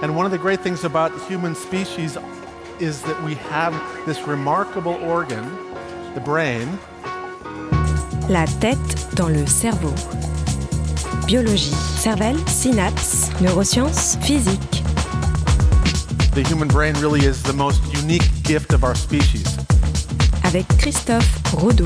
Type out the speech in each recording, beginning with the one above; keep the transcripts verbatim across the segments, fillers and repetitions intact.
And one of the great things about human species is that we have this remarkable organ, the brain. La tête dans le cerveau. Biologie, cervelle, synapses, neurosciences, physique. The human brain really is the most unique gift of our species. Avec Christophe Rodeau.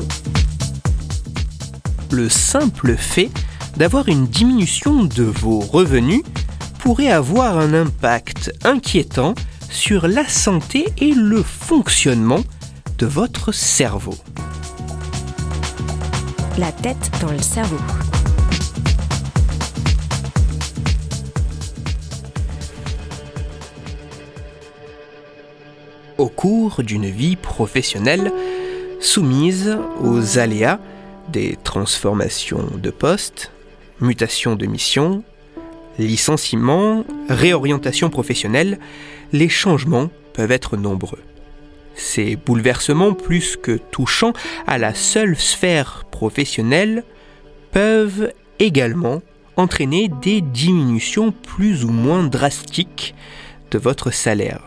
Le simple fait d'avoir une diminution de vos revenus pourrait avoir un impact inquiétant sur la santé et le fonctionnement de votre cerveau. La tête dans le cerveau. Au cours d'une vie professionnelle soumise aux aléas des transformations de poste, mutations de mission, licenciements, réorientation professionnelle, les changements peuvent être nombreux. Ces bouleversements, plus que touchant à la seule sphère professionnelle, peuvent également entraîner des diminutions plus ou moins drastiques de votre salaire.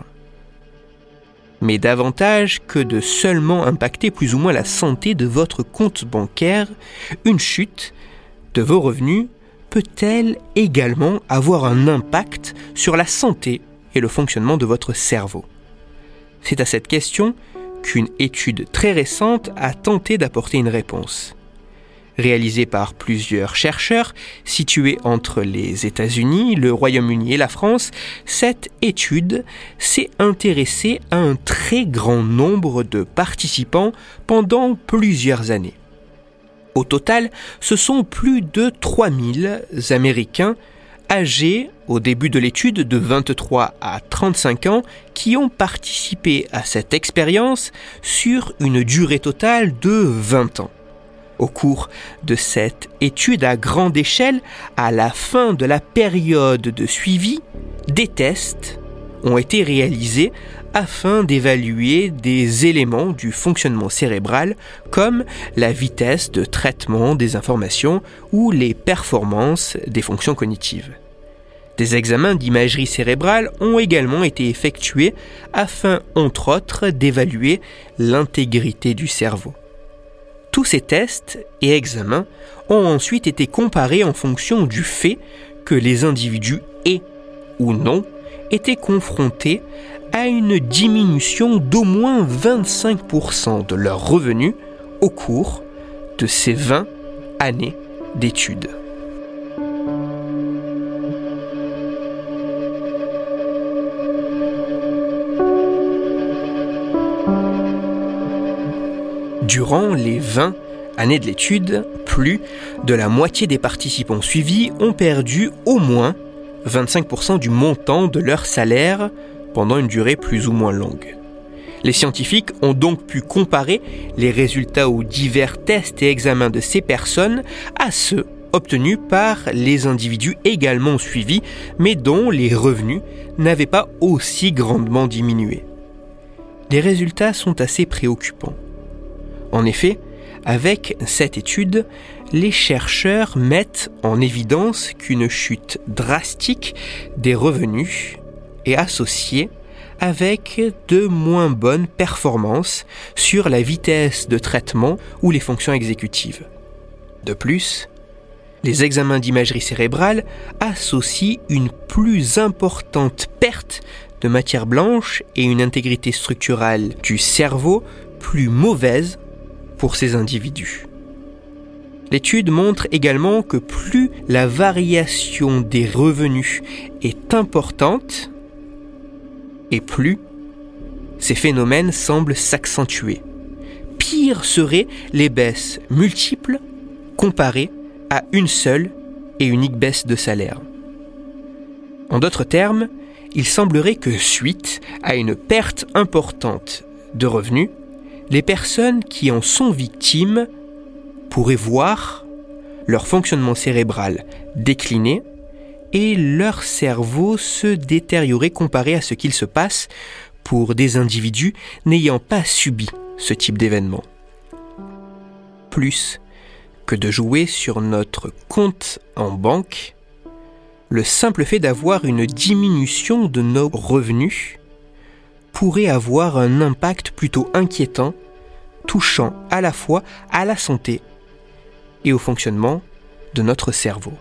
Mais davantage que de seulement impacter plus ou moins la santé de votre compte bancaire, une chute de vos revenus peut-elle également avoir un impact sur la santé et le fonctionnement de votre cerveau? C'est à cette question qu'une étude très récente a tenté d'apporter une réponse. Réalisée par plusieurs chercheurs situés entre les États-Unis, le Royaume-Uni et la France, cette étude s'est intéressée à un très grand nombre de participants pendant plusieurs années. Au total, ce sont plus de trois mille Américains âgés au début de l'étude de vingt-trois à trente-cinq ans qui ont participé à cette expérience sur une durée totale de vingt ans. Au cours de cette étude à grande échelle, à la fin de la période de suivi, des tests ont été réalisés afin d'évaluer des éléments du fonctionnement cérébral comme la vitesse de traitement des informations ou les performances des fonctions cognitives. Des examens d'imagerie cérébrale ont également été effectués afin, entre autres, d'évaluer l'intégrité du cerveau. Tous ces tests et examens ont ensuite été comparés en fonction du fait que les individus aient ou non été confrontés à une diminution d'au moins vingt-cinq pour cent de leurs revenus au cours de ces vingt années d'études. Durant les vingt années de l'étude, plus de la moitié des participants suivis ont perdu au moins vingt-cinq pour cent du montant de leur salaire pendant une durée plus ou moins longue. Les scientifiques ont donc pu comparer les résultats aux divers tests et examens de ces personnes à ceux obtenus par les individus également suivis, mais dont les revenus n'avaient pas aussi grandement diminué. Les résultats sont assez préoccupants. En effet, avec cette étude, les chercheurs mettent en évidence qu'une chute drastique des revenus est associée avec de moins bonnes performances sur la vitesse de traitement ou les fonctions exécutives. De plus, les examens d'imagerie cérébrale associent une plus importante perte de matière blanche et une intégrité structurale du cerveau plus mauvaise pour ces individus. L'étude montre également que plus la variation des revenus est importante, et plus ces phénomènes semblent s'accentuer. Pire seraient les baisses multiples comparées à une seule et unique baisse de salaire. En d'autres termes, il semblerait que suite à une perte importante de revenus, les personnes qui en sont victimes pourraient voir leur fonctionnement cérébral décliner et leur cerveau se détériorer comparé à ce qu'il se passe pour des individus n'ayant pas subi ce type d'événement. Plus que de jouer sur notre compte en banque, le simple fait d'avoir une diminution de nos revenus pourrait avoir un impact plutôt inquiétant, touchant à la fois à la santé et au fonctionnement de notre cerveau.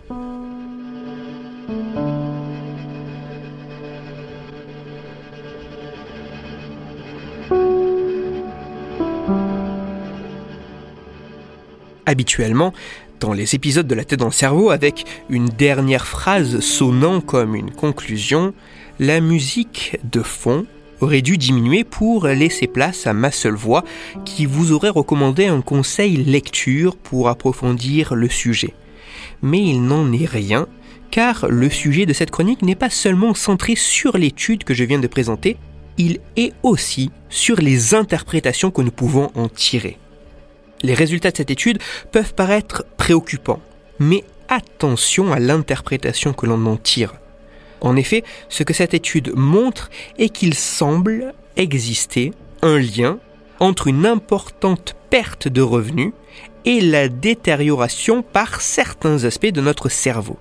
Habituellement, dans les épisodes de La tête dans le cerveau, avec une dernière phrase sonnant comme une conclusion, la musique de fond aurait dû diminuer pour laisser place à ma seule voix qui vous aurait recommandé un conseil lecture pour approfondir le sujet. Mais il n'en est rien, car le sujet de cette chronique n'est pas seulement centré sur l'étude que je viens de présenter, il est aussi sur les interprétations que nous pouvons en tirer. Les résultats de cette étude peuvent paraître préoccupants, mais attention à l'interprétation que l'on en tire. En effet, ce que cette étude montre est qu'il semble exister un lien entre une importante perte de revenus et la détérioration par certains aspects de notre cerveau.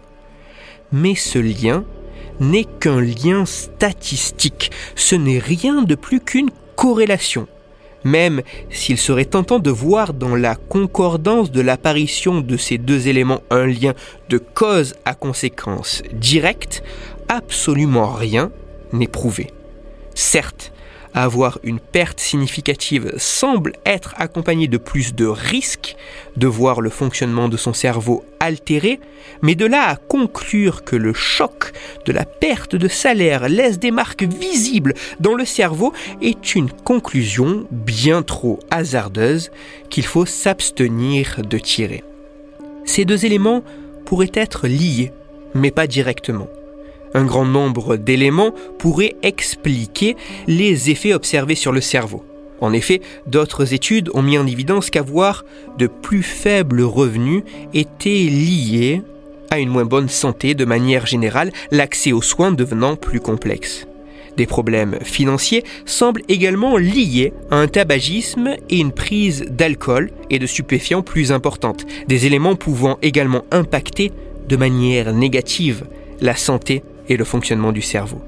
Mais ce lien n'est qu'un lien statistique, ce n'est rien de plus qu'une corrélation. Même s'il serait tentant de voir dans la concordance de l'apparition de ces deux éléments un lien de cause à conséquence directe, absolument rien n'est prouvé. Certes, avoir une perte significative semble être accompagné de plus de risques de voir le fonctionnement de son cerveau altéré, mais de là à conclure que le choc de la perte de salaire laisse des marques visibles dans le cerveau est une conclusion bien trop hasardeuse qu'il faut s'abstenir de tirer. Ces deux éléments pourraient être liés, mais pas directement. Un grand nombre d'éléments pourraient expliquer les effets observés sur le cerveau. En effet, d'autres études ont mis en évidence qu'avoir de plus faibles revenus était lié à une moins bonne santé de manière générale, l'accès aux soins devenant plus complexe. Des problèmes financiers semblent également liés à un tabagisme et une prise d'alcool et de stupéfiants plus importante, des éléments pouvant également impacter de manière négative la santé et le fonctionnement du cerveau.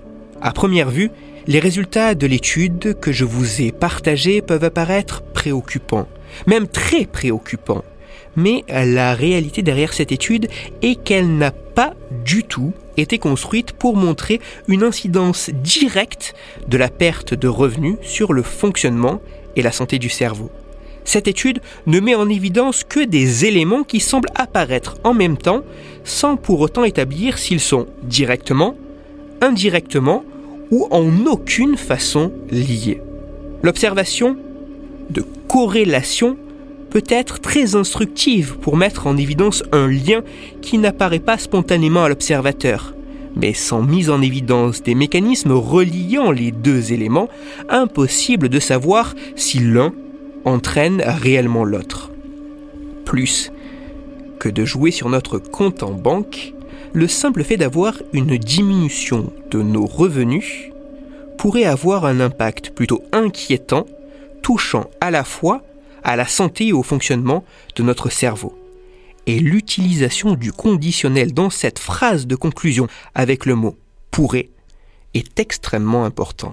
À première vue, les résultats de l'étude que je vous ai partagés peuvent apparaître préoccupants, même très préoccupants. Mais la réalité derrière cette étude est qu'elle n'a pas du tout été construite pour montrer une incidence directe de la perte de revenus sur le fonctionnement et la santé du cerveau. Cette étude ne met en évidence que des éléments qui semblent apparaître en même temps, sans pour autant établir s'ils sont directement, indirectement ou en aucune façon liés. L'observation de corrélation peut être très instructive pour mettre en évidence un lien qui n'apparaît pas spontanément à l'observateur. Mais sans mise en évidence des mécanismes reliant les deux éléments, impossible de savoir si l'un entraîne réellement l'autre. Plus que de jouer sur notre compte en banque, le simple fait d'avoir une diminution de nos revenus pourrait avoir un impact plutôt inquiétant, touchant à la fois à la santé et au fonctionnement de notre cerveau. Et l'utilisation du conditionnel dans cette phrase de conclusion avec le mot « pourrait » est extrêmement important.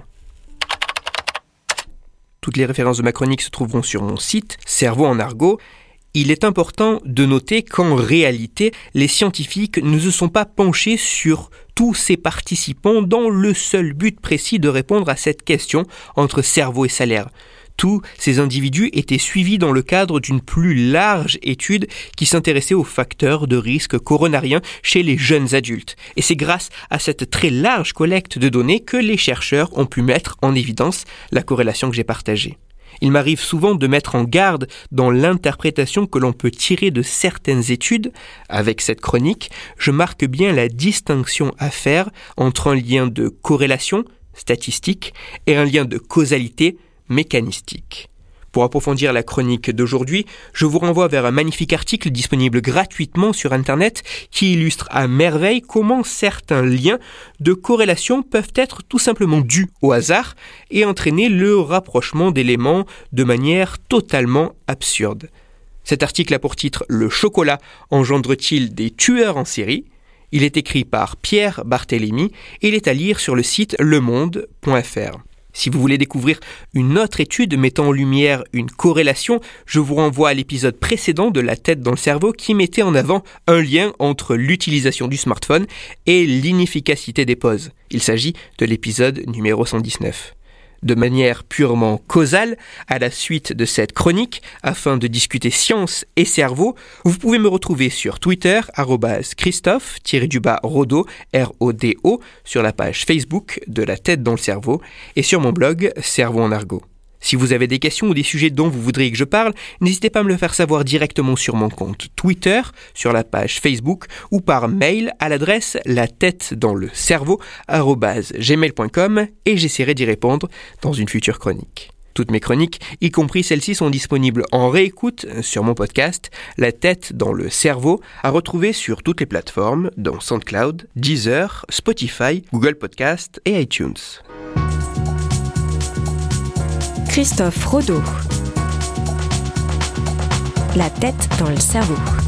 Toutes les références de ma chronique se trouveront sur mon site, Cerveau en argot. Il est important de noter qu'en réalité, les scientifiques ne se sont pas penchés sur tous ces participants dans le seul but précis de répondre à cette question entre cerveau et salaire. Tous ces individus étaient suivis dans le cadre d'une plus large étude qui s'intéressait aux facteurs de risque coronarien chez les jeunes adultes. Et c'est grâce à cette très large collecte de données que les chercheurs ont pu mettre en évidence la corrélation que j'ai partagée. Il m'arrive souvent de mettre en garde dans l'interprétation que l'on peut tirer de certaines études. Avec cette chronique, je marque bien la distinction à faire entre un lien de corrélation statistique et un lien de causalité mécanistique. Pour approfondir la chronique d'aujourd'hui, je vous renvoie vers un magnifique article disponible gratuitement sur Internet qui illustre à merveille comment certains liens de corrélation peuvent être tout simplement dus au hasard et entraîner le rapprochement d'éléments de manière totalement absurde. Cet article a pour titre « Le chocolat engendre-t-il des tueurs en série ?» Il est écrit par Pierre Barthélémy et il est à lire sur le site le monde point f r. Si vous voulez découvrir une autre étude mettant en lumière une corrélation, je vous renvoie à l'épisode précédent de La tête dans le cerveau qui mettait en avant un lien entre l'utilisation du smartphone et l'inefficacité des pauses. Il s'agit de l'épisode numéro cent dix-neuf. De manière purement causale, à la suite de cette chronique, afin de discuter science et cerveau, vous pouvez me retrouver sur Twitter, arobase Christophe-Rodo, R O D O, sur la page Facebook de La tête dans le cerveau, et sur mon blog Cerveau en argot. Si vous avez des questions ou des sujets dont vous voudriez que je parle, n'hésitez pas à me le faire savoir directement sur mon compte Twitter, sur la page Facebook ou par mail à l'adresse la tête dans le cerveau arobase gmail point com et j'essaierai d'y répondre dans une future chronique. Toutes mes chroniques, y compris celles-ci, sont disponibles en réécoute sur mon podcast La tête dans le cerveau, à retrouver sur toutes les plateformes, dont SoundCloud, Deezer, Spotify, Google Podcast et iTunes. Christophe Rodo. La tête dans le cerveau.